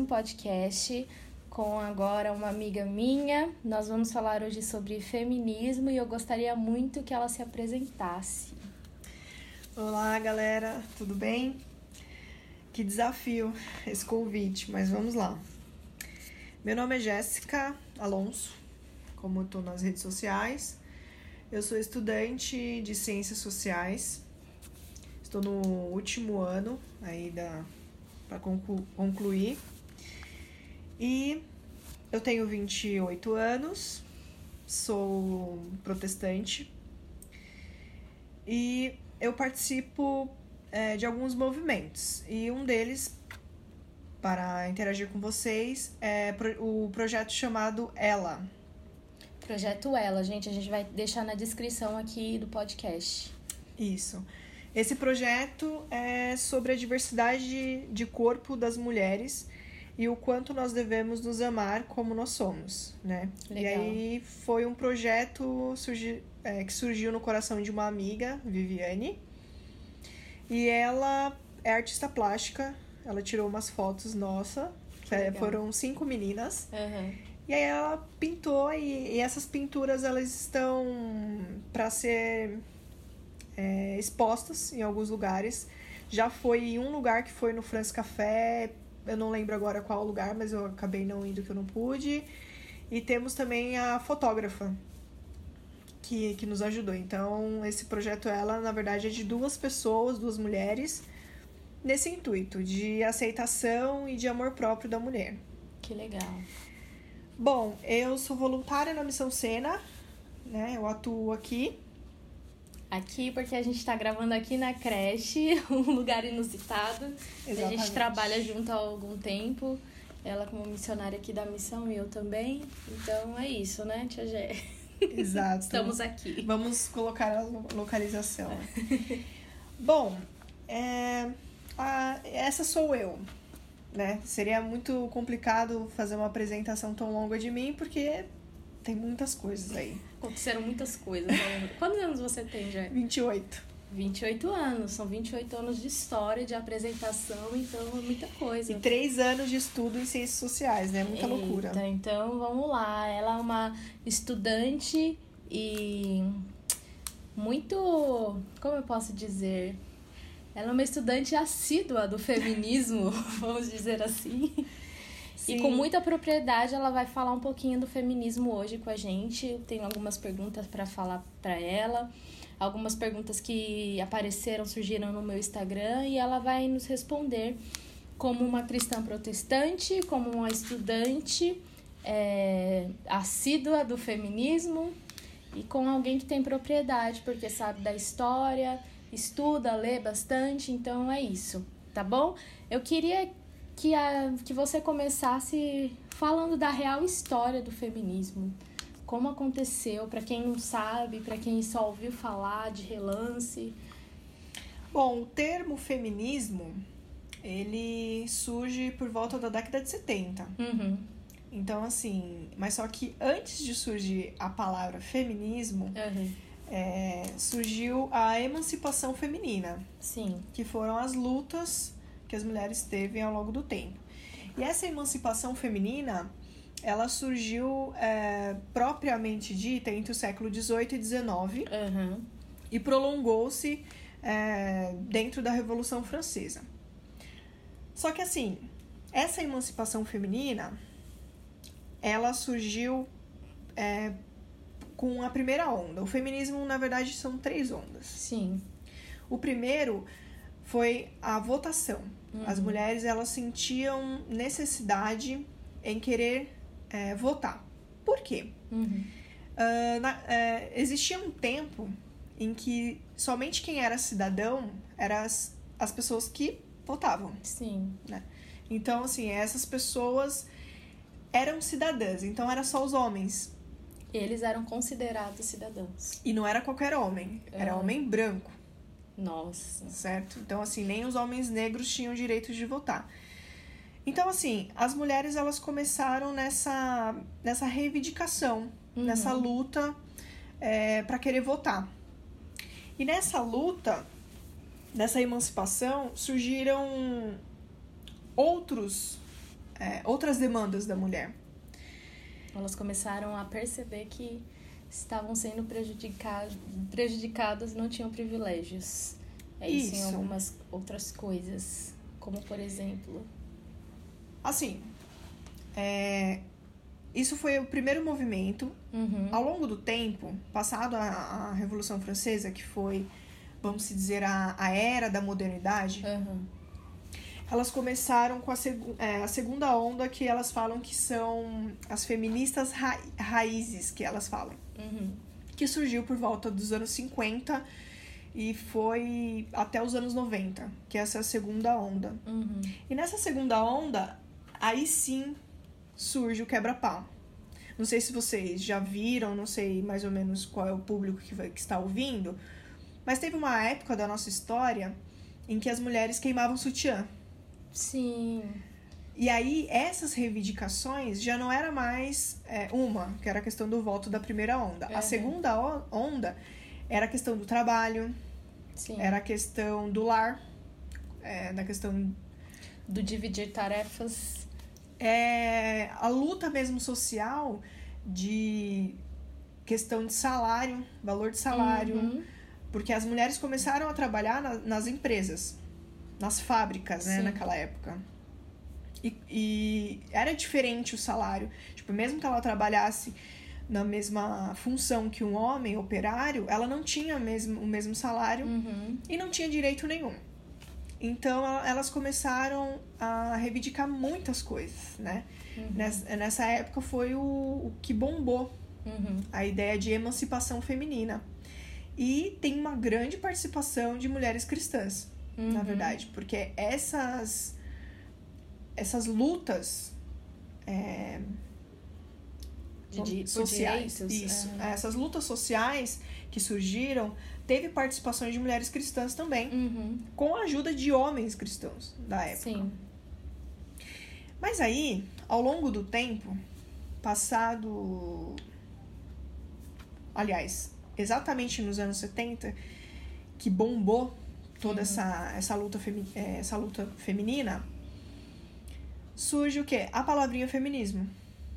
podcast com agora uma amiga minha. Nós vamos falar hoje sobre feminismo e eu gostaria muito que ela se apresentasse. Olá, galera, tudo bem? Que desafio esse convite, mas vamos lá. Meu nome é Jéssica Alonso, como eu estou nas redes sociais. Eu sou estudante de Ciências Sociais. Estou no último ano aí para concluir. E eu tenho 28 anos, sou protestante e eu participo de alguns movimentos. E um deles, para interagir com vocês, é o projeto chamado Ela. Projeto Ela, gente, a gente vai deixar na descrição aqui do podcast. Isso. Esse projeto é sobre a diversidade de corpo das mulheres e o quanto nós devemos nos amar como nós somos, né? Legal. E aí foi um projeto que surgiu no coração de uma amiga, Viviane, e ela é artista plástica, ela tirou umas fotos nossas, foram 5 meninas, e aí ela pintou e essas pinturas elas estão para ser expostas em alguns lugares. Já foi em um lugar que foi no France Café, eu não lembro agora qual lugar, mas eu acabei não indo que eu não pude. E temos também a fotógrafa que nos ajudou. Então, esse projeto, na verdade, é de 2 pessoas, 2 mulheres, nesse intuito de aceitação e de amor próprio da mulher. Que legal. Bom, eu sou voluntária na Missão Sena, né? Eu atuo aqui. Aqui, porque a gente tá gravando aqui na creche, um lugar inusitado. Exatamente. A gente trabalha junto há algum tempo. Ela como missionária aqui da missão e eu também. Então é isso, né, Tia Gé? Exato. Estamos aqui. Vamos colocar a localização. Bom, essa sou eu, né? Seria muito complicado fazer uma apresentação tão longa de mim, porque tem muitas coisas aí. Aconteceram muitas coisas. Quantos anos você tem, Jé? 28. 28 anos. São 28 anos de história, de apresentação, então é muita coisa. E 3 anos de estudo em Ciências Sociais, né? Muita loucura. Então, vamos lá. Ela é uma estudante e muito... Como eu posso dizer? Ela é uma estudante assídua do feminismo, vamos dizer assim. Sim. E com muita propriedade ela vai falar um pouquinho do feminismo hoje com a gente. Eu tenho algumas perguntas para falar para ela, algumas perguntas que surgiram no meu Instagram e ela vai nos responder como uma cristã protestante, como uma estudante assídua do feminismo e com alguém que tem propriedade, porque sabe da história, estuda, lê bastante, então é isso, tá bom? Eu queria que você começasse falando da real história do feminismo. Como aconteceu, para quem não sabe, para quem só ouviu falar de relance. Bom, o termo feminismo, ele surge por volta da década de 70. Uhum. Então, assim, mas só que antes de surgir a palavra feminismo, surgiu a emancipação feminina. Sim. Que foram as lutas que as mulheres teve ao longo do tempo. E essa emancipação feminina, ela surgiu propriamente dita entre o século XVIII e XIX e prolongou-se dentro da Revolução Francesa. Só que assim, essa emancipação feminina, ela surgiu com a primeira onda. O feminismo, na verdade, são 3 ondas. Sim. O primeiro foi a votação. As mulheres, elas sentiam necessidade em querer votar. Por quê? Existia um tempo em que somente quem era cidadão eram as pessoas que votavam. Sim. Né? Então, assim, essas pessoas eram cidadãs, então era só os homens. Eles eram considerados cidadãos. E não era qualquer homem, era homem branco. Nossa. Certo? Então, assim, nem os homens negros tinham direito de votar. Então, assim, as mulheres, elas começaram nessa reivindicação, nessa luta para querer votar. E nessa luta, nessa emancipação, surgiram outros outras demandas da mulher. Elas começaram a perceber que estavam sendo prejudicadas e não tinham privilégios. Isso em algumas outras coisas, como por exemplo... Assim, isso foi o primeiro movimento. Ao longo do tempo, passado a Revolução Francesa, que foi, vamos dizer, a era da modernidade, elas começaram com a segunda onda, que elas falam que são as feministas raízes, que elas falam. Que surgiu por volta dos anos 50 e foi até os anos 90, que essa é a segunda onda. E nessa segunda onda, aí sim surge o quebra-pau. Não sei se vocês já viram, não sei mais ou menos qual é o público que está ouvindo, mas teve uma época da nossa história em que as mulheres queimavam sutiã. Sim. E aí, essas reivindicações já não era mais que era a questão do voto da primeira onda. A segunda onda era a questão do trabalho, era a questão do lar, da questão... do dividir tarefas. A luta mesmo social de questão de salário, valor de salário, porque as mulheres começaram a trabalhar nas empresas, nas fábricas, né, naquela época. E era diferente o salário. Tipo, mesmo que ela trabalhasse na mesma função que um homem operário, ela não tinha o mesmo salário e não tinha direito nenhum. Então, elas começaram a reivindicar muitas coisas, né? Nessa época foi o que bombou a ideia de emancipação feminina. E tem uma grande participação de mulheres cristãs, na verdade. Porque essas lutas sociais, essas lutas sociais que surgiram, teve participações de mulheres cristãs também, com a ajuda de homens cristãos da época. Sim. Mas aí, ao longo do tempo, exatamente nos anos 70, que bombou toda essa luta feminina, surge o quê? A palavrinha feminismo.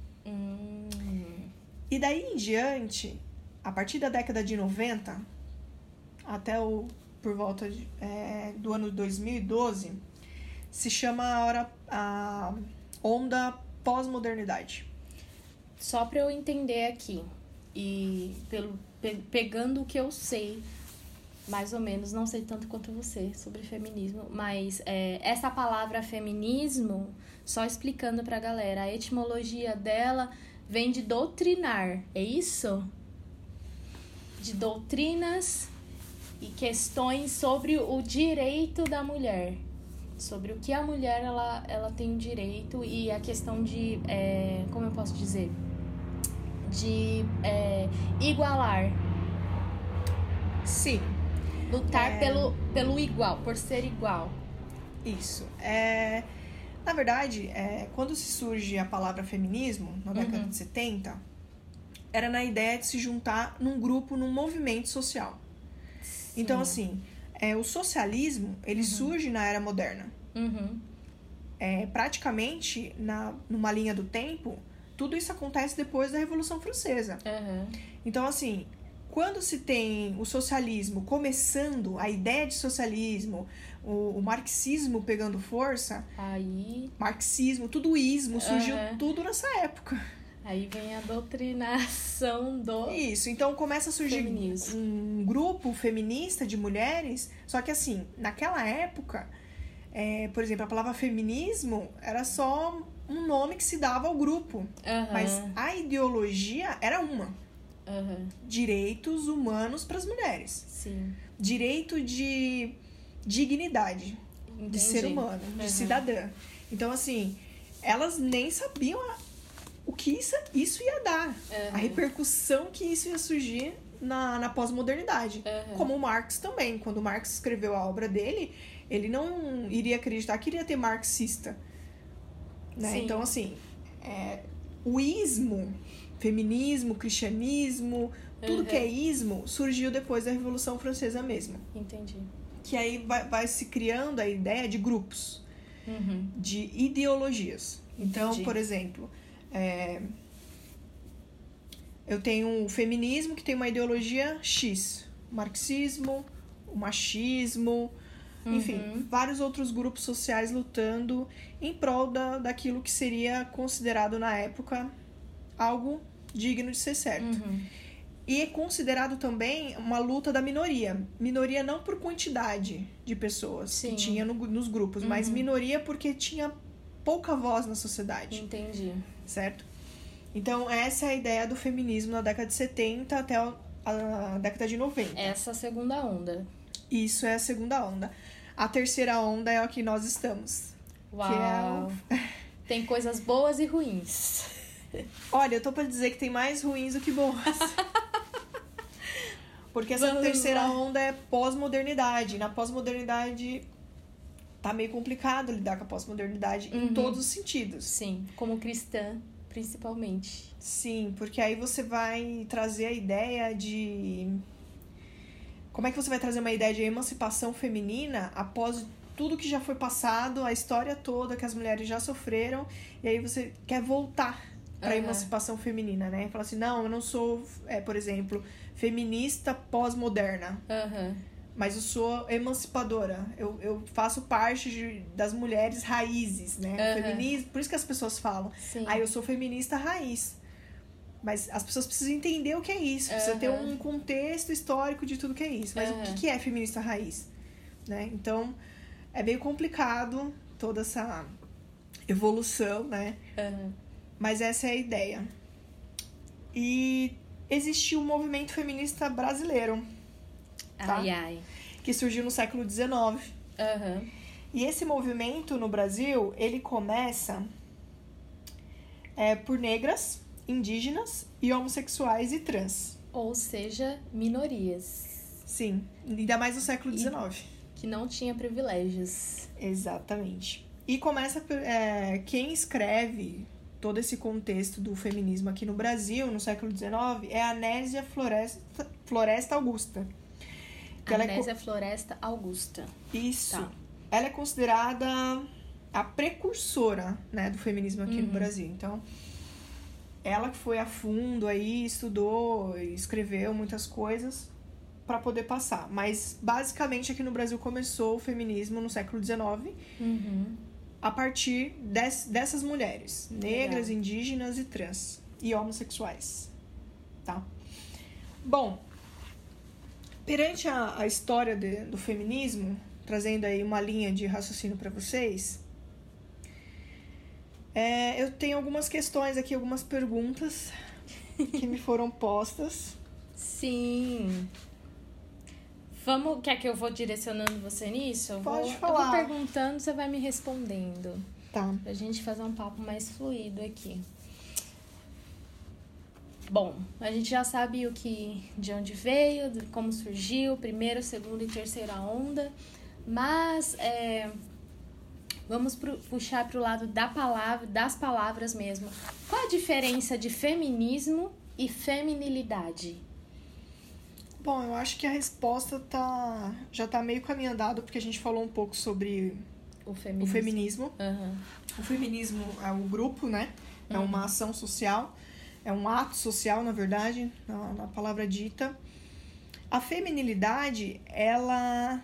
E daí em diante, a partir da década de 90, até por volta do ano 2012, se chama a onda pós-modernidade. Só para eu entender aqui, e pegando o que eu sei, mais ou menos, não sei tanto quanto você sobre feminismo, mas essa palavra feminismo, só explicando pra galera, a etimologia dela vem de doutrinar, é isso? De doutrinas e questões sobre o direito da mulher, sobre o que a mulher ela tem direito e a questão de, como eu posso dizer, de igualar. Sim. Lutar pelo igual, por ser igual. Isso. Na verdade, quando se surge a palavra feminismo, na década de 70, era na ideia de se juntar num grupo, num movimento social. Sim. Então, assim, o socialismo, ele surge na era moderna. Praticamente, numa linha do tempo, tudo isso acontece depois da Revolução Francesa. Então, assim, quando se tem o socialismo começando, a ideia de socialismo, o marxismo pegando força, aí... marxismo, tudo ismo, surgiu tudo nessa época. Aí vem a doutrinação do... Isso, então começa a surgir feminismo. Um grupo feminista de mulheres, só que assim, naquela época, por exemplo, a palavra feminismo era só um nome que se dava ao grupo, mas a ideologia era uma. Direitos humanos para as mulheres. Sim. Direito de dignidade. Entendi. De ser humano, de cidadã. Então, assim, elas nem sabiam o que isso ia dar. A repercussão que isso ia surgir na pós-modernidade. Como o Marx também. Quando o Marx escreveu a obra dele, ele não iria acreditar que iria ter marxista. Né? Então, assim, o ismo, feminismo, cristianismo, tudo que é ismo, surgiu depois da Revolução Francesa mesmo. Entendi. Que aí vai se criando a ideia de grupos, de ideologias. Então, Entendi. por exemplo, eu tenho o feminismo, que tem uma ideologia X. O marxismo, o machismo, enfim, vários outros grupos sociais lutando em prol daquilo que seria considerado na época algo digno de ser certo. E é considerado também uma luta da minoria. Minoria não por quantidade de pessoas que tinha nos grupos, mas minoria porque tinha pouca voz na sociedade. Entendi. Certo? Então, essa é a ideia do feminismo na década de 70 até a década de 90. Essa segunda onda. Isso é a segunda onda. A terceira onda é a que nós estamos. Uau! Que é Tem coisas boas e ruins. Olha, eu tô pra dizer que tem mais ruins do que boas. Porque essa terceira onda é pós-modernidade. Na pós-modernidade tá meio complicado lidar com a pós-modernidade em todos os sentidos. Sim, como cristã, principalmente. Sim, porque aí você vai trazer a ideia de... Como é que você vai trazer uma ideia de emancipação feminina após tudo que já foi passado, a história toda que as mulheres já sofreram, e aí você quer voltar para a emancipação feminina, né? Fala assim, não, eu não sou, por exemplo, feminista pós-moderna, mas eu sou emancipadora. Eu faço parte das mulheres raízes, né? Feminismo, por isso que as pessoas falam, eu sou feminista raiz. Mas as pessoas precisam entender o que é isso. Precisa ter um contexto histórico de tudo que é isso. Mas o que é feminista raiz? Né? Então, é meio complicado toda essa evolução, né? Mas essa é a ideia. E existiu um movimento feminista brasileiro. Tá? Que surgiu no século XIX. E esse movimento no Brasil, ele começa por negras, indígenas e homossexuais e trans. Ou seja, minorias. Sim, ainda mais no século XIX. Que não tinha privilégios. Exatamente. E começa... quem escreve todo esse contexto do feminismo aqui no Brasil, no século XIX, é a Anésia Floresta Augusta. Anésia Floresta Augusta. Isso. Tá. Ela é considerada a precursora, né, do feminismo aqui no Brasil. Então... ela que foi a fundo aí, estudou, escreveu muitas coisas para poder passar. Mas, basicamente, aqui no Brasil começou o feminismo no século XIX, a partir dessas mulheres, negras, indígenas e trans, e homossexuais. Tá? Bom, perante a história do feminismo, trazendo aí uma linha de raciocínio para vocês... eu tenho algumas questões aqui, algumas perguntas que me foram postas. Sim. Quer que eu vou direcionando você nisso? Pode falar. Eu vou perguntando, você vai me respondendo. Tá. Pra gente fazer um papo mais fluido aqui. Bom, a gente já sabe de onde veio, como surgiu, primeira, segunda e terceira onda. Mas... vamos puxar para o lado das palavras mesmo. Qual a diferença de feminismo e feminilidade? Bom, eu acho que a resposta já tá meio caminho andado, porque a gente falou um pouco sobre o feminismo. O feminismo é um grupo, né? É uma ação social, é um ato social, na verdade, na palavra dita. A feminilidade, ela...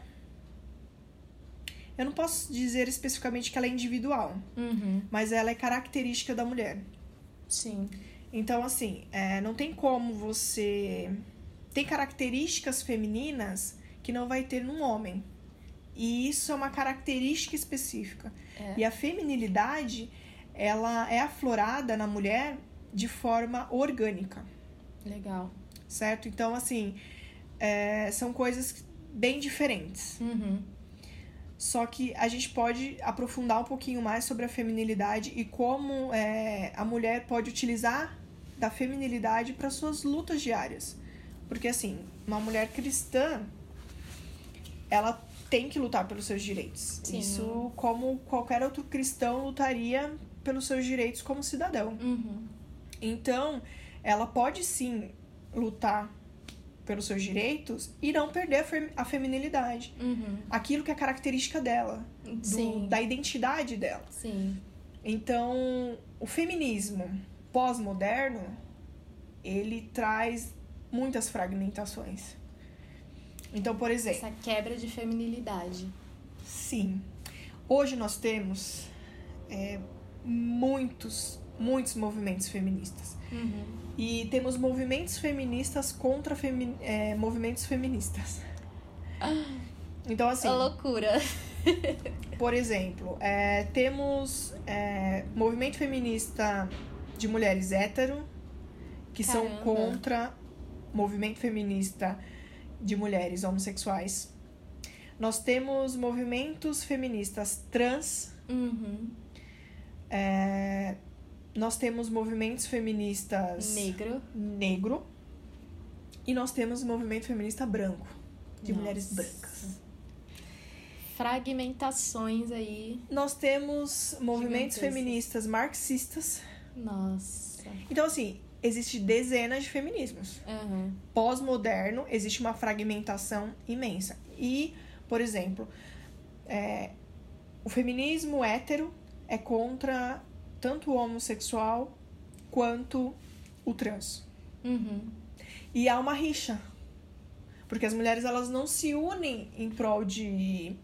eu não posso dizer especificamente que ela é individual, mas ela é característica da mulher. Sim. Então, assim, não tem como você... tem características femininas que não vai ter num homem. E isso é uma característica específica. E a feminilidade, ela é aflorada na mulher de forma orgânica. Legal. Certo? Então, assim, são coisas bem diferentes. Só que a gente pode aprofundar um pouquinho mais sobre a feminilidade e como a mulher pode utilizar da feminilidade para suas lutas diárias. Porque, assim, uma mulher cristã, ela tem que lutar pelos seus direitos. Sim. Isso como qualquer outro cristão lutaria pelos seus direitos como cidadão. Então, ela pode sim lutar pelos seus direitos e não perder a feminilidade. Aquilo que é característica dela, da identidade dela. Sim. Então, o feminismo pós-moderno, ele traz muitas fragmentações. Então, por exemplo... Essa quebra de feminilidade. Sim. Hoje nós temos muitos movimentos feministas. E temos movimentos feministas contra movimentos feministas. Então, assim... É loucura. Por exemplo, temos movimento feminista de mulheres hétero, que são contra movimento feminista de mulheres homossexuais. Nós temos movimentos feministas trans. Nós temos movimentos feministas negro. E nós temos movimento feminista branco, de mulheres brancas. Fragmentações aí. Nós temos movimentos feministas marxistas. Nossa. Então, assim, existe dezenas de feminismos. Pós-moderno, existe uma fragmentação imensa. E, por exemplo, o feminismo hétero é contra tanto o homossexual quanto o trans. E há uma rixa. Porque as mulheres, elas não se unem em prol de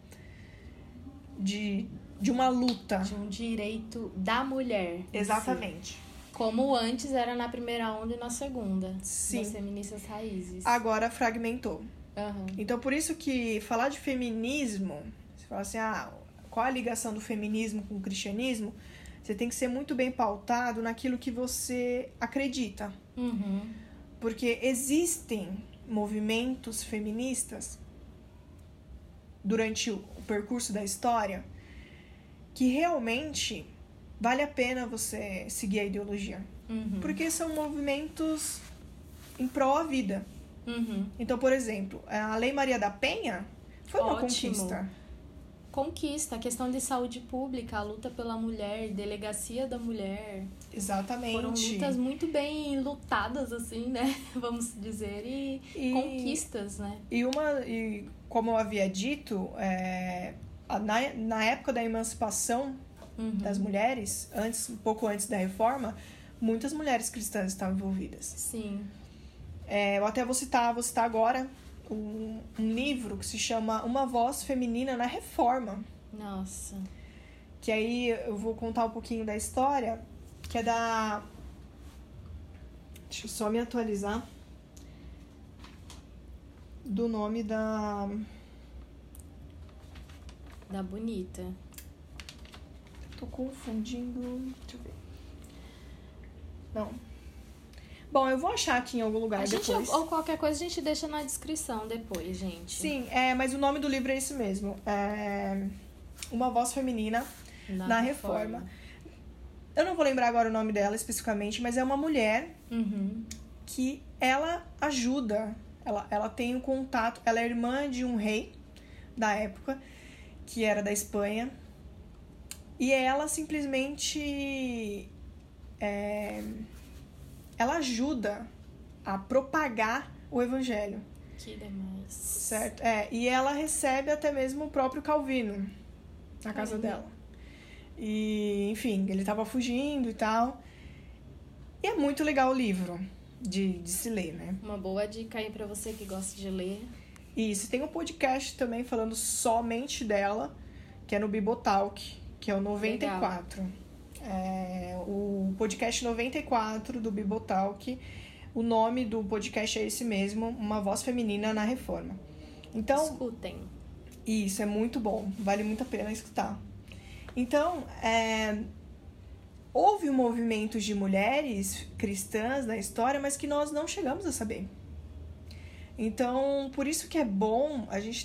uma luta. De um direito da mulher. Exatamente. Como antes era na primeira onda e na segunda. Sim. Das feministas raízes. Agora fragmentou. Então, por isso que falar de feminismo, você fala assim, qual a ligação do feminismo com o cristianismo? Você tem que ser muito bem pautado naquilo que você acredita. Porque existem movimentos feministas durante o percurso da história que realmente vale a pena você seguir a ideologia. Porque são movimentos em prol à vida. Então, por exemplo, a Lei Maria da Penha foi uma conquista. A questão de saúde pública, a luta pela mulher, delegacia da mulher. Exatamente. Foram lutas muito bem lutadas, assim, né? Vamos dizer, e conquistas, né? E como eu havia dito, na época da emancipação das mulheres, um pouco antes da reforma, muitas mulheres cristãs estavam envolvidas. Sim. Eu até vou citar agora um livro que se chama Uma Voz Feminina na Reforma. Nossa. Que aí eu vou contar um pouquinho da história, que é da... Deixa eu só me atualizar do nome da... Da bonita. Tô confundindo... Deixa eu ver. Não. Bom, eu vou achar aqui em algum lugar depois. Ou qualquer coisa a gente deixa na descrição depois, gente. Sim, mas o nome do livro é esse mesmo. Uma Voz Feminina na Reforma. Eu não vou lembrar agora o nome dela especificamente, mas é uma mulher que ela ajuda. Ela tem um contato. Ela é irmã de um rei da época, que era da Espanha. E ela simplesmente... ela ajuda a propagar o evangelho. Que demais. Certo? E ela recebe até mesmo o próprio Calvino na casa dela. E, enfim, ele tava fugindo e tal. E é muito legal o livro de se ler, né? Uma boa dica aí pra você que gosta de ler. Isso, tem um podcast também falando somente dela, que é no Bibotalk, que é o 94. Legal. O podcast 94 do Bibotalk, o nome do podcast é esse mesmo, Uma Voz Feminina na Reforma. Então, escutem. Isso, é muito bom, vale muito a pena escutar. Então, houve um movimento de mulheres cristãs na história, mas que nós não chegamos a saber. Então, por isso que é bom a gente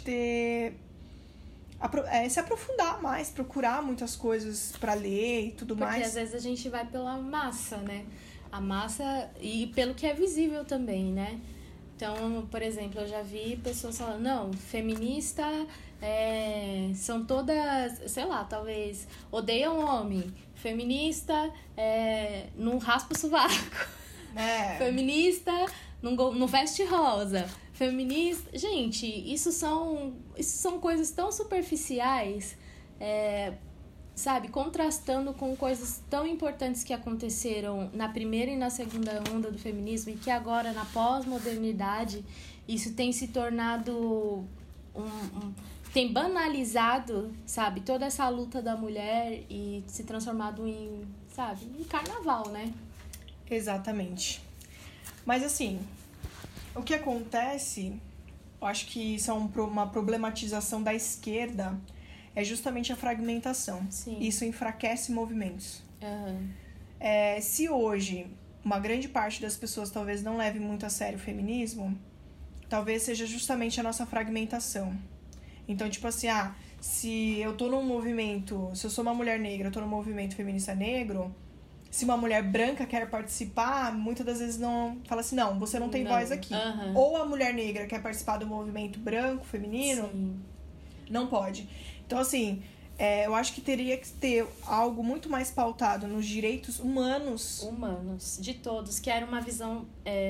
se aprofundar mais, procurar muitas coisas pra ler e tudo mais. Porque às vezes a gente vai pela massa, né? A massa e pelo que é visível também, né? Então, por exemplo, eu já vi pessoas falando, não, feminista são todas, sei lá, talvez odeiam homem. Feminista não raspa o sovaco. Feminista não veste rosa. Feminista... Gente, isso são coisas tão superficiais sabe, contrastando com coisas tão importantes que aconteceram na primeira e na segunda onda do feminismo, e que agora, na pós-modernidade, isso tem se tornado tem banalizado, sabe, toda essa luta da mulher e se transformado em, sabe, em carnaval, né? Exatamente. Mas assim, o que acontece, eu acho que isso é uma problematização da esquerda, é justamente a fragmentação. Sim. Isso enfraquece movimentos. Uhum. Se hoje uma grande parte das pessoas talvez não leve muito a sério o feminismo, talvez seja justamente a nossa fragmentação. Então, tipo assim, se eu tô num movimento, se eu sou uma mulher negra, eu tô num movimento feminista negro, se uma mulher branca quer participar, muitas das vezes não fala assim, não, você não tem voz aqui. Uhum. Ou a mulher negra quer participar do movimento branco, feminino, Sim. não pode. Então, assim, eu acho que teria que ter algo muito mais pautado nos direitos humanos. Humanos, de todos, que era uma visão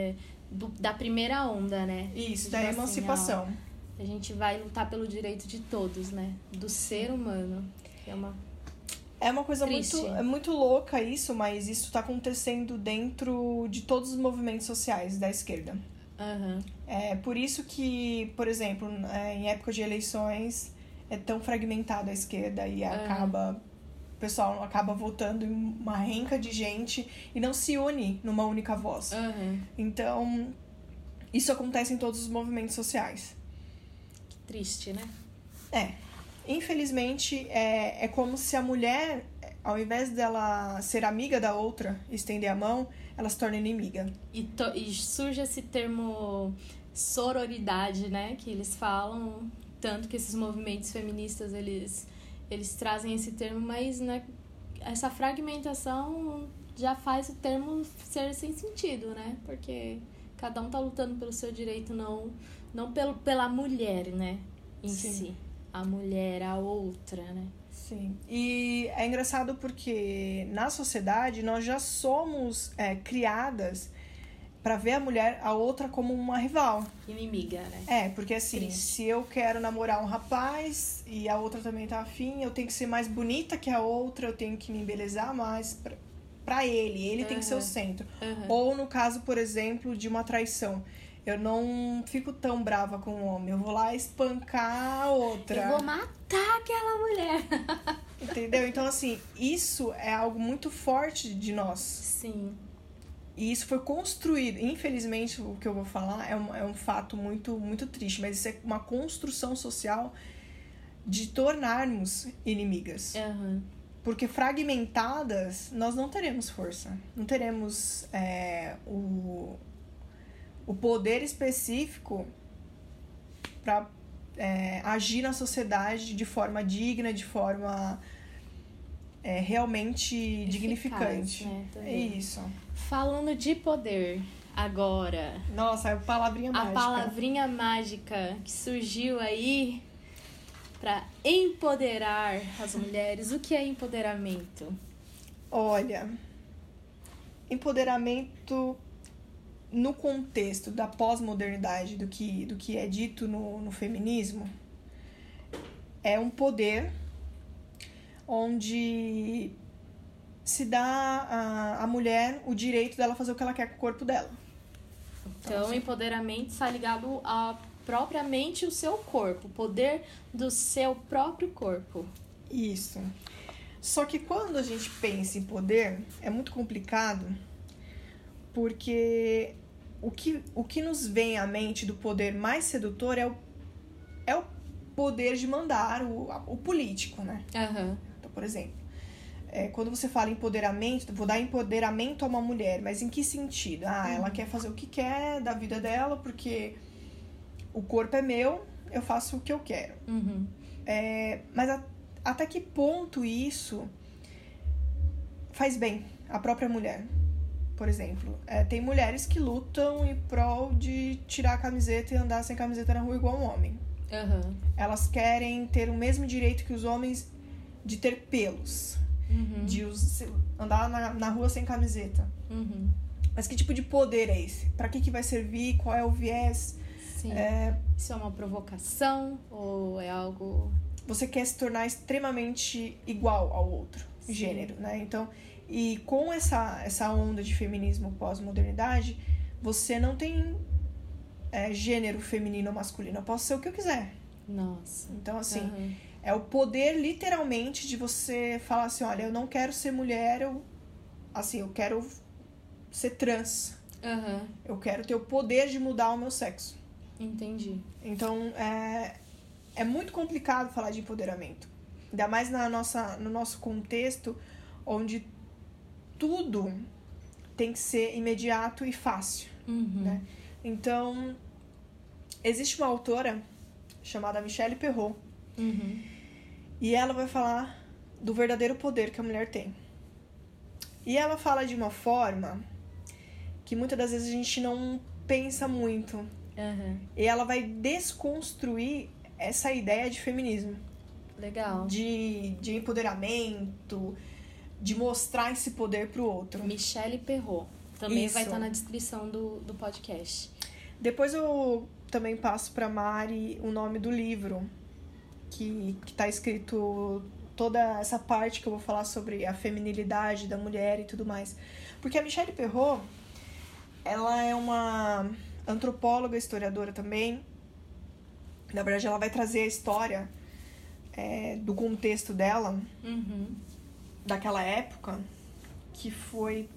da primeira onda, né? Isso, Tipo da assim, emancipação. a gente vai lutar pelo direito de todos, né? Do ser humano. Que é uma coisa triste. muito louca isso, mas isso tá acontecendo dentro de todos os movimentos sociais da esquerda. Uhum. É por isso que, por exemplo, em época de eleições é tão fragmentada a esquerda e o pessoal acaba votando em uma renca de gente e não se une numa única voz. Uhum. Então, isso acontece em todos os movimentos sociais. Que triste, né? Infelizmente, é como se a mulher, ao invés dela ser amiga da outra, estender a mão, ela se torna inimiga. E surge esse termo sororidade, né? Que eles falam, tanto que esses movimentos feministas, eles trazem esse termo, mas né, essa fragmentação já faz o termo ser sem sentido, né? Porque cada um tá lutando pelo seu direito, não pela mulher, né? Em Sim. si. A mulher, a outra, né? Sim. E é engraçado porque na sociedade nós já somos criadas para ver a mulher, a outra, como uma rival. Inimiga, né? Porque assim, Triste. se eu quero namorar um rapaz e a outra também tá afim, eu tenho que ser mais bonita que a outra, eu tenho que me embelezar mais pra ele tem que ser o centro. Uhum. Ou no caso, por exemplo, de uma traição. Eu não fico tão brava com o homem. Eu vou lá espancar a outra. Eu vou matar aquela mulher. Entendeu? Então, assim, isso é algo muito forte de nós. Sim. E isso foi construído. Infelizmente, o que eu vou falar é um fato muito, muito triste. Mas isso é uma construção social de tornarmos inimigas. Uhum. Porque fragmentadas, nós não teremos força. Não teremos o poder específico para agir na sociedade de forma digna, de forma realmente eficaz, dignificante. Né? É isso. Falando de poder, agora. Nossa, a palavrinha mágica. A palavrinha mágica que surgiu aí para empoderar as mulheres. O que é empoderamento? Olha, empoderamento no contexto da pós-modernidade, do que é dito no feminismo, é um poder onde se dá à mulher o direito dela fazer o que ela quer com o corpo dela. Então, empoderamento está ligado a propriamente o seu corpo, o poder do seu próprio corpo. Isso. Só que quando a gente pensa em poder, é muito complicado, porque o que nos vem à mente do poder mais sedutor é o poder de mandar, o político, né? Uhum. Então, por exemplo, quando você fala empoderamento, vou dar empoderamento a uma mulher, mas em que sentido? Ela quer fazer o que quer da vida dela, porque o corpo é meu, eu faço o que eu quero. Uhum. Mas até que ponto isso faz bem à própria mulher? Por exemplo, tem mulheres que lutam em prol de tirar a camiseta e andar sem camiseta na rua igual um homem. Uhum. Elas querem ter o mesmo direito que os homens de ter pelos. Uhum. De andar na rua sem camiseta. Uhum. Mas que tipo de poder é esse? Pra que vai servir? Qual é o viés? Sim. Isso é uma provocação ou é algo você quer se tornar extremamente igual ao outro gênero, né? Então, e com essa onda de feminismo pós-modernidade, você não tem gênero feminino ou masculino. Eu posso ser o que eu quiser. Nossa. Então, assim, é o poder, literalmente, de você falar assim, olha, eu não quero ser mulher, eu quero ser trans. Eu quero ter o poder de mudar o meu sexo. Entendi. Então, é muito complicado falar de empoderamento. Ainda mais no nosso contexto, onde tudo tem que ser imediato e fácil. Né? Então, existe uma autora chamada Michelle Perrot. E ela vai falar do verdadeiro poder que a mulher tem. E ela fala de uma forma que muitas das vezes a gente não pensa muito. E ela vai desconstruir essa ideia de feminismo. Legal. De empoderamento, de mostrar esse poder pro outro. Michelle Perrot. Também vai estar na descrição do podcast. Depois eu também passo pra Mari o nome do livro, que tá escrito toda essa parte que eu vou falar sobre a feminilidade da mulher e tudo mais. Porque a Michelle Perrot, ela é uma antropóloga, historiadora também. Na verdade, ela vai trazer a história do contexto dela, daquela época, que foi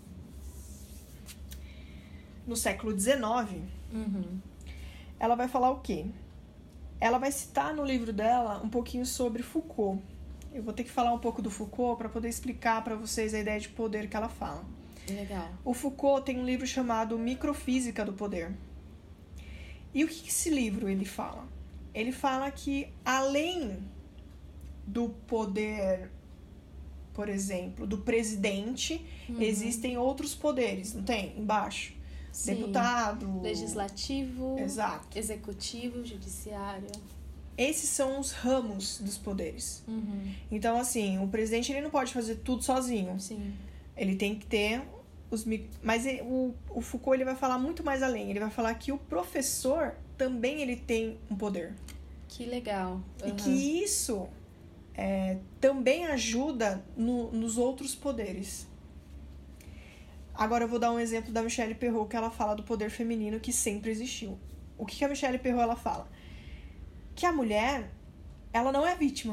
no século XIX. Ela vai falar o quê? Ela vai citar no livro dela um pouquinho sobre Foucault. Eu vou ter que falar um pouco do Foucault para poder explicar para vocês a ideia de poder que ela fala. Legal. O Foucault tem um livro chamado Microfísica do Poder. E o que esse livro ele fala? Ele fala que além do poder, por exemplo, do presidente, existem outros poderes, não tem? Embaixo. Sim. Deputado. Legislativo. Exato. Executivo, judiciário. Esses são os ramos dos poderes. Então, assim, o presidente ele não pode fazer tudo sozinho. Sim. Ele tem que ter os... Mas o Foucault ele vai falar muito mais além. Ele vai falar que o professor também ele tem um poder. Que legal. E que isso também ajuda nos outros poderes. Agora eu vou dar um exemplo da Michelle Perrot, que ela fala do poder feminino que sempre existiu. O que a Michelle Perrot ela fala? Que a mulher, ela não é vítima.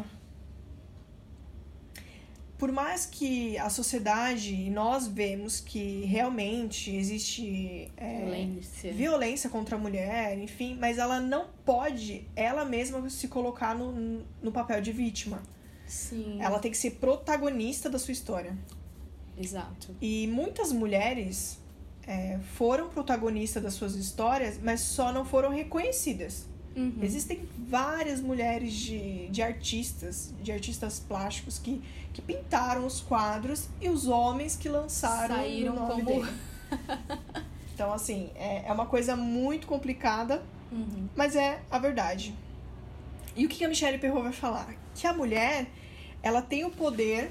Por mais que a sociedade e nós vemos que realmente existe violência contra a mulher, enfim, mas ela não pode, ela mesma, se colocar no papel de vítima. Sim. Ela tem que ser protagonista da sua história. Exato. E muitas mulheres foram protagonistas das suas histórias, mas só não foram reconhecidas. Existem várias mulheres de artistas plásticos que pintaram os quadros e os homens que lançaram saíram o nome como... dele. Então, assim, é uma coisa muito complicada, mas é a verdade. E o que a Michelle Perrot vai falar? Que a mulher, ela tem o poder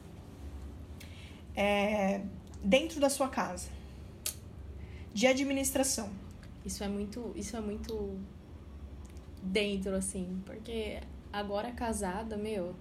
dentro da sua casa, de administração. Isso é muito dentro, assim, porque agora casada,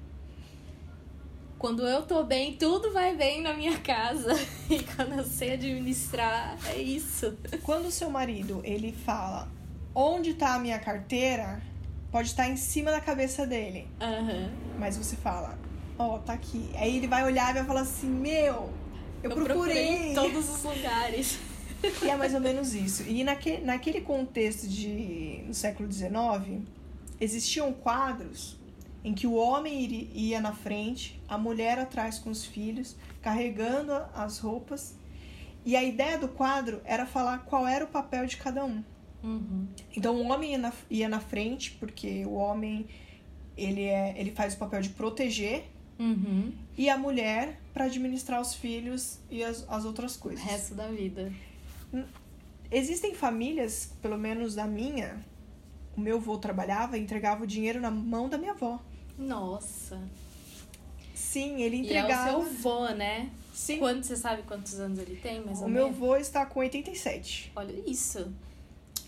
quando eu tô bem, tudo vai bem na minha casa. E quando eu sei administrar, é isso. Quando o seu marido, ele fala, onde tá a minha carteira, pode estar em cima da cabeça dele. Mas você fala, tá aqui. Aí ele vai olhar e vai falar assim, eu procurei em todos os lugares. E é mais ou menos isso. E naquele contexto no século XIX, existiam quadros em que o homem ia na frente, a mulher atrás com os filhos, carregando as roupas. E a ideia do quadro era falar qual era o papel de cada um. Então o homem ia na frente, porque o homem ele faz o papel de proteger, e a mulher para administrar os filhos e as outras coisas. O resto da vida. Existem famílias, pelo menos da minha, o meu avô trabalhava e entregava o dinheiro na mão da minha avó. Nossa. Sim, ele entregava. E é o seu avô, né? Sim. Você sabe quantos anos ele tem, mais ou menos? O meu avô está com 87. Olha isso.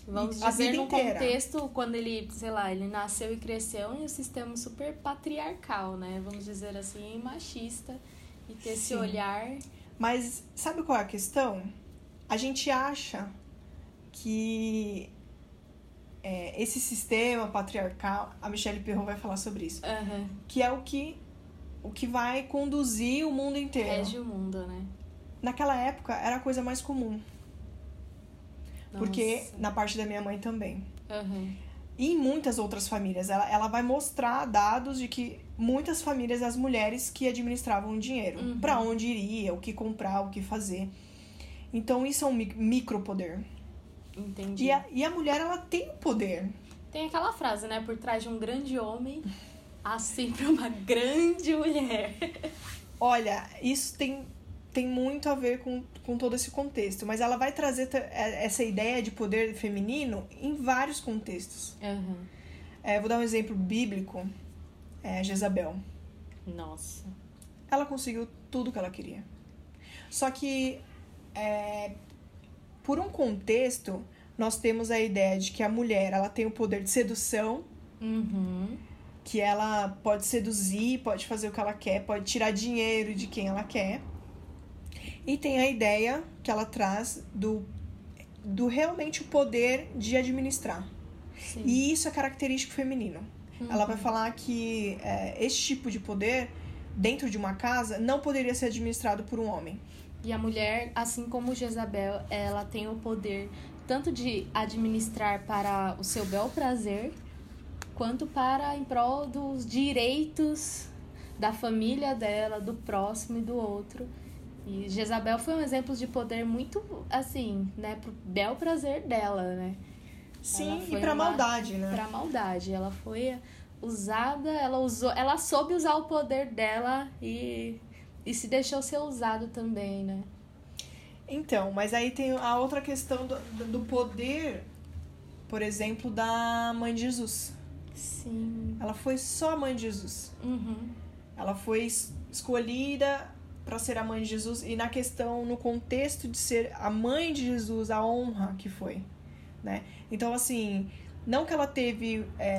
Vamos a dizer, vida num inteira. contexto, quando ele, sei lá, ele nasceu e cresceu em um sistema super patriarcal, né? Vamos dizer assim, machista. E ter esse Sim. olhar... Mas sabe qual é a questão? A gente acha que esse sistema patriarcal, a Michelle Perron vai falar sobre isso, Aham. que é o que vai conduzir o mundo inteiro. Rege o mundo, né? Naquela época era a coisa mais comum, porque Nossa. na parte da minha mãe também. Aham. E em muitas outras famílias. Ela vai mostrar dados de que muitas famílias, as mulheres que administravam o dinheiro. Uhum. Pra onde iria, o que comprar, o que fazer. Então isso é um micropoder. Entendi. E a mulher, ela tem o poder. Tem aquela frase, né? Por trás de um grande homem, há sempre uma grande mulher. Olha, isso tem muito a ver com todo esse contexto. Mas ela vai trazer essa ideia de poder feminino em vários contextos. Aham. Vou dar um exemplo bíblico. Jezabel. Nossa. Ela conseguiu tudo que ela queria. Só que, por um contexto, nós temos a ideia de que a mulher ela tem o poder de sedução, Uhum. que ela pode seduzir, pode fazer o que ela quer, pode tirar dinheiro de quem ela quer. E tem a ideia que ela traz do realmente o poder de administrar. Sim. E isso é característico feminino. Uhum. Ela vai falar que esse tipo de poder, dentro de uma casa, não poderia ser administrado por um homem. E a mulher, assim como Jezabel, ela tem o poder tanto de administrar para o seu bel prazer, quanto para em prol dos direitos da família dela, do próximo e do outro. E Jezabel foi um exemplo de poder muito, assim, né, pro bel prazer dela, né? Sim, e pra maldade, né? Pra maldade. Ela foi usada, ela soube usar o poder dela e se deixou ser usado também, né? Então, mas aí tem a outra questão do poder, por exemplo, da mãe de Jesus. Sim. Ela foi só a mãe de Jesus. Uhum. Ela foi escolhida para ser a mãe de Jesus e no contexto de ser a mãe de Jesus, a honra que foi, né? Então, assim, não que ela teve...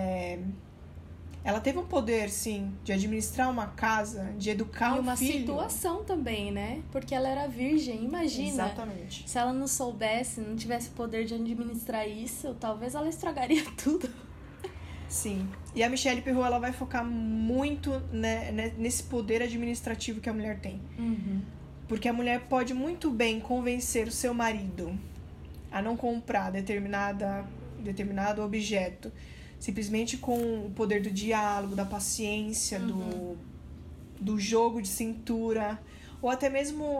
Ela teve um poder, sim, de administrar uma casa, de educar um filho. E uma situação também, né? Porque ela era virgem, imagina. Exatamente. Se ela não soubesse, não tivesse poder de administrar isso, talvez ela estragaria tudo. Sim. E a Michelle Perron, ela vai focar muito, né, nesse poder administrativo que a mulher tem. Uhum. Porque a mulher pode muito bem convencer o seu marido a não comprar determinado objeto, simplesmente com o poder do diálogo, da paciência, do jogo de cintura, ou até mesmo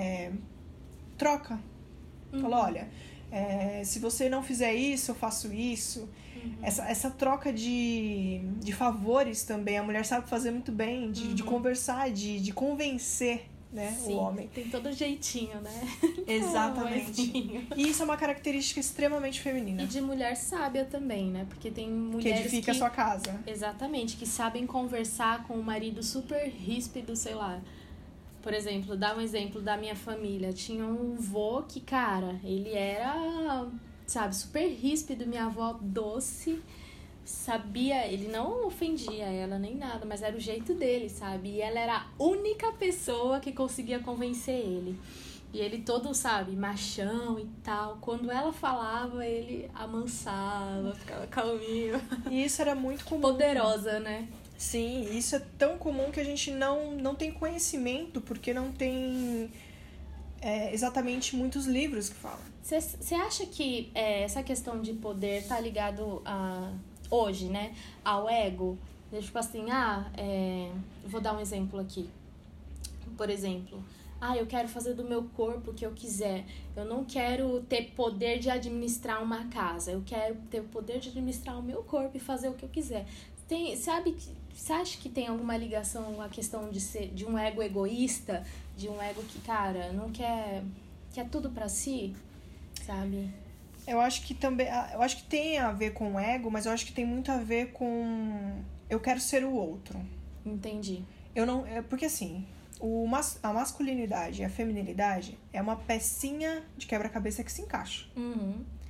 troca. Fala, olha, se você não fizer isso, eu faço isso. Essa troca de favores também, a mulher sabe fazer muito bem, de conversar, de convencer, né, Sim, o homem. tem todo jeitinho, né? Exatamente. E isso é uma característica extremamente feminina. E de mulher sábia também, né? Porque tem mulheres que edifica a sua casa. Exatamente, que sabem conversar com o marido super ríspido, sei lá. Por exemplo, dá um exemplo da minha família. Tinha um vô que, cara, ele era, sabe, super ríspido. Minha avó doce, sabia, ele não ofendia ela nem nada, mas era o jeito dele, sabe? E ela era a única pessoa que conseguia convencer ele. E ele todo, sabe, machão e tal. Quando ela falava, ele amansava, ficava calminho. E isso era muito comum. Poderosa, né? Sim, isso é tão comum que a gente não tem conhecimento, porque não tem exatamente muitos livros que falam. Você acha que essa questão de poder tá ligado hoje, né, ao ego? Tipo assim, vou dar um exemplo aqui. Por exemplo, eu quero fazer do meu corpo o que eu quiser. Eu não quero ter poder de administrar uma casa. Eu quero ter o poder de administrar o meu corpo e fazer o que eu quiser. Você acha que tem alguma ligação com a questão de um ego egoísta? De um ego que, cara, não quer tudo pra si, sabe? Eu acho que tem a ver com o ego, mas eu acho que tem muito a ver com eu quero ser o outro. Entendi. Porque assim, a masculinidade e a feminilidade é uma pecinha de quebra-cabeça que se encaixa. Uhum.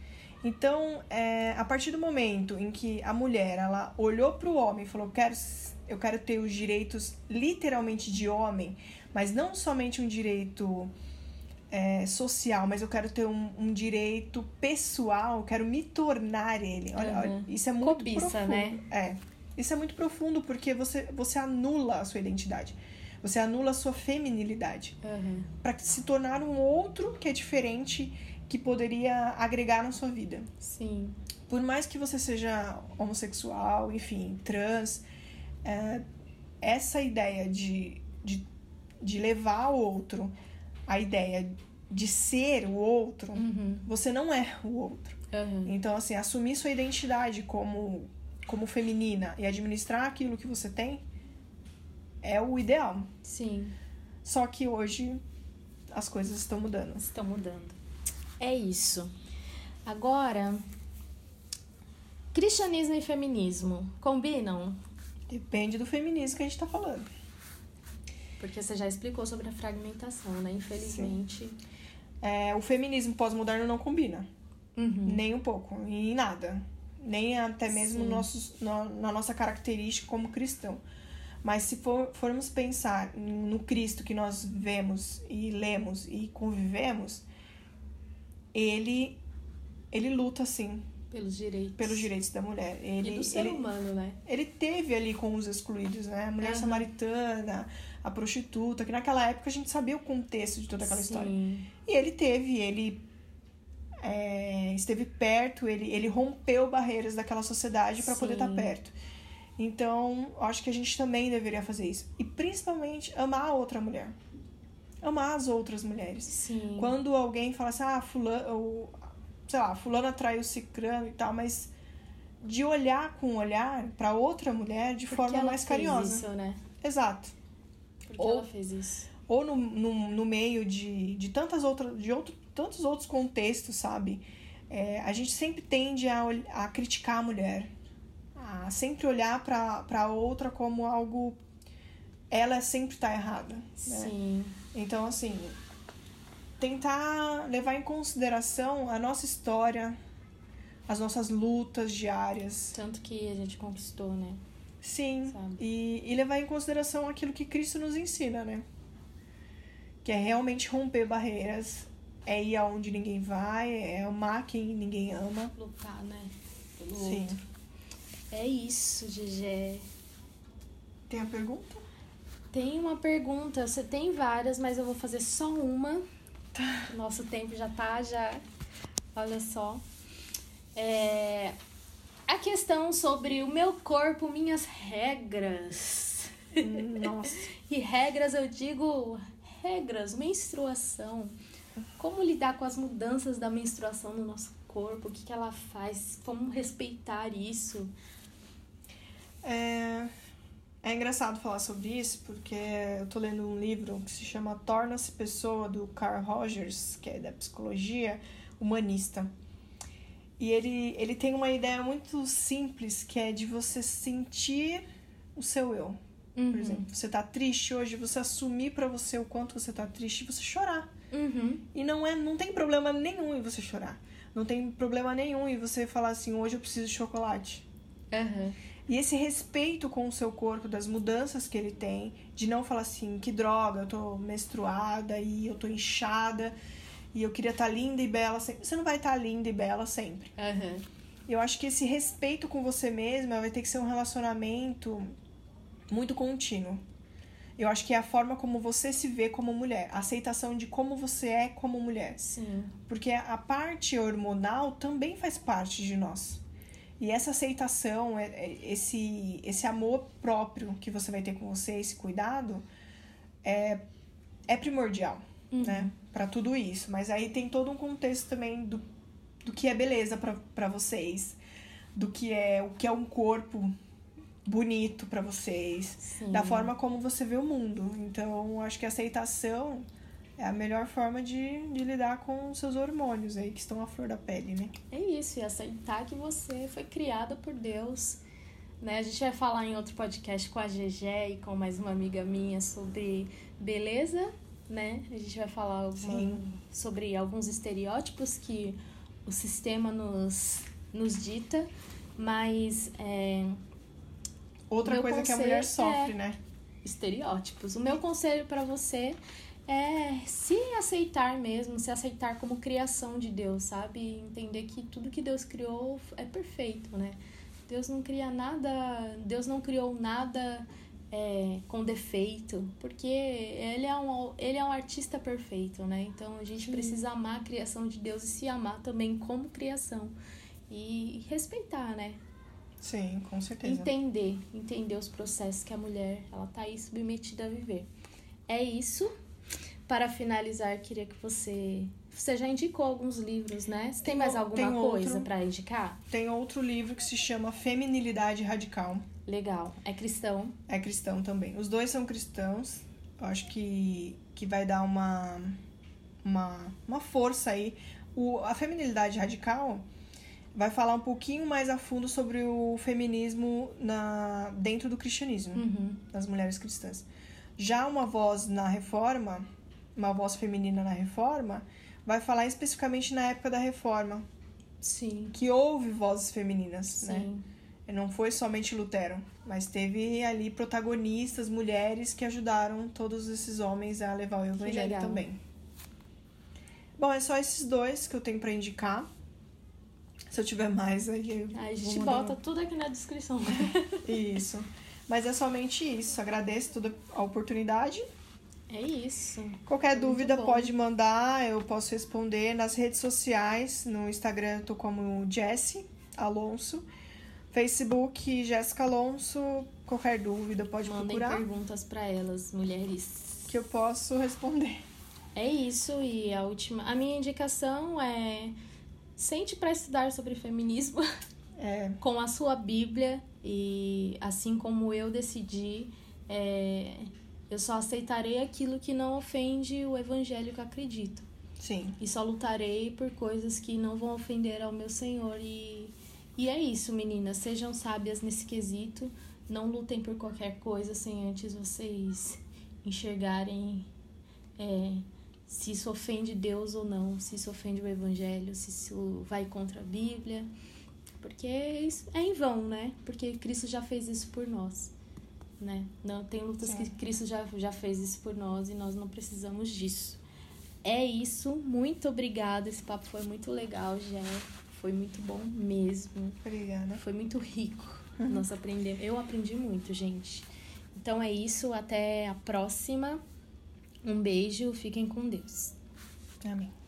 Então, a partir do momento em que a mulher, ela olhou para o homem e falou, eu quero ter os direitos literalmente de homem, mas não somente um direito social, mas eu quero ter um direito pessoal, eu quero me tornar ele. Olha, isso é muito profundo. Né? Isso é muito profundo porque você anula a sua identidade. Você anula a sua feminilidade. Para se tornar um outro que é diferente, que poderia agregar na sua vida. Sim. Por mais que você seja homossexual, enfim, trans, essa ideia de levar ao outro, a ideia de ser o outro, você não é o outro. Então, assim, assumir sua identidade como feminina e administrar aquilo que você tem é o ideal. Sim. Só que hoje as coisas estão mudando. Estão mudando. É isso. Agora, cristianismo e feminismo combinam? Depende do feminismo que a gente tá falando. Porque você já explicou sobre a fragmentação, né? Infelizmente. O feminismo pós-moderno não combina. Nem um pouco. Em nada. Nem até mesmo na nossa característica como cristão. Mas se formos pensar no Cristo que nós vemos e lemos e convivemos, ele luta, sim, pelos direitos da mulher. E do ser humano, né? Ele teve ali com os excluídos, né? A mulher samaritana, a prostituta, que naquela época a gente sabia o contexto de toda aquela história. E ele esteve perto, ele rompeu barreiras daquela sociedade para poder estar perto. Então, acho que a gente também deveria fazer isso. E principalmente amar a outra mulher. Amar as outras mulheres. Sim. Quando alguém fala assim, fulana traiu cicrano e tal, mas de olhar com um olhar pra outra mulher de forma mais carinhosa. Fez isso, né? Exato. Porque ela fez isso. Ou no meio de tantos outros contextos, sabe? A gente sempre tende a criticar a mulher. A sempre olhar pra outra como algo... Ela sempre tá errada. Né? Sim. Então, assim, tentar levar em consideração a nossa história, as nossas lutas diárias. Tanto que a gente conquistou, né? Sim, e levar em consideração aquilo que Cristo nos ensina, né? Que é realmente romper barreiras, é ir aonde ninguém vai, é amar quem ninguém ama. Lutar, né? Pelo outro. É isso, Gegé. Tem a pergunta? Tem uma pergunta, você tem várias, mas eu vou fazer só uma. Nosso tempo já tá, olha só. A questão sobre o meu corpo, minhas regras. Nossa. E regras, eu digo regras, menstruação. Como lidar com as mudanças da menstruação no nosso corpo, o que ela faz, como respeitar isso. É engraçado falar sobre isso, porque eu tô lendo um livro que se chama Torna-se Pessoa, do Carl Rogers, que é da psicologia humanista. E ele tem uma ideia muito simples, que é de você sentir o seu eu. Por exemplo, você tá triste hoje, você assumir pra você o quanto você tá triste e você chorar. E não tem problema nenhum em você chorar. Não tem problema nenhum em você falar assim, hoje eu preciso de chocolate. E esse respeito com o seu corpo, das mudanças que ele tem, de não falar assim, que droga, eu tô menstruada e eu tô inchada e eu queria estar linda e bela sempre. Você não vai estar linda e bela sempre. Eu acho que esse respeito com você mesma vai ter que ser um relacionamento muito contínuo. Eu acho que é a forma como você se vê como mulher, a aceitação de como você é como mulher. Sim. Porque a parte hormonal também faz parte de nós. E essa aceitação, esse amor próprio que você vai ter com você, esse cuidado, é primordial, né? Pra tudo isso. Mas aí tem todo um contexto também do que é beleza pra vocês, o que é um corpo bonito pra vocês, Sim. da forma como você vê o mundo. Então, acho que a aceitação é a melhor forma de lidar com os seus hormônios aí, que estão à flor da pele, né? É isso, e aceitar que você foi criada por Deus, né? A gente vai falar em outro podcast com a Gegé e com mais uma amiga minha sobre beleza, né? A gente vai falar sobre alguns estereótipos que o sistema nos dita, mas Outra coisa que a mulher sofre, né? Estereótipos. O meu conselho para você é se aceitar mesmo, se aceitar como criação de Deus, sabe? Entender que tudo que Deus criou é perfeito, né? Deus não criou nada com defeito, porque ele é um artista perfeito, né? Então a gente precisa amar a criação de Deus e se amar também como criação e respeitar, né? Sim, com certeza. Entender os processos que a mulher ela tá aí submetida a viver. É isso. Para finalizar, queria que você já indicou alguns livros, né? Você tem mais alguma coisa para indicar? Tem outro livro que se chama Feminilidade Radical. Legal. É cristão? É cristão também. Os dois são cristãos. Eu acho que vai dar uma força aí. A Feminilidade Radical vai falar um pouquinho mais a fundo sobre o feminismo dentro do cristianismo, das mulheres cristãs. Já Uma Voz na Reforma, Uma Voz Feminina na Reforma, vai falar especificamente na época da Reforma. Sim. Que houve vozes femininas, Sim. né? Não foi somente Lutero, mas teve ali protagonistas, mulheres que ajudaram todos esses homens a levar o evangelho também. Bom, é só esses dois que eu tenho para indicar. Se eu tiver mais, aí a gente bota tudo aqui na descrição. Isso. Mas é somente isso. Agradeço toda a oportunidade. É isso. Qualquer dúvida pode mandar, eu posso responder nas redes sociais. No Instagram eu tô como Jessie Alonso. Facebook, Jéssica Alonso. Qualquer dúvida pode procurar. Mandem perguntas para elas, mulheres. Que eu posso responder. É isso. E a minha indicação é... Sente para estudar sobre feminismo com a sua Bíblia e assim como eu decidi, eu só aceitarei aquilo que não ofende o evangelho que eu acredito. Sim. E só lutarei por coisas que não vão ofender ao meu Senhor. E é isso, meninas. Sejam sábias nesse quesito. Não lutem por qualquer coisa sem antes vocês enxergarem... se isso ofende Deus ou não, se isso ofende o evangelho, se isso vai contra a Bíblia, porque isso é em vão, né? Porque Cristo já fez isso por nós, né? Não, tem lutas que Cristo já fez isso por nós e nós não precisamos disso. É isso, muito obrigada, esse papo foi muito legal, foi muito bom mesmo. Obrigada. Foi muito rico, eu aprendi muito, gente. Então é isso, até a próxima. Um beijo, fiquem com Deus. Amém.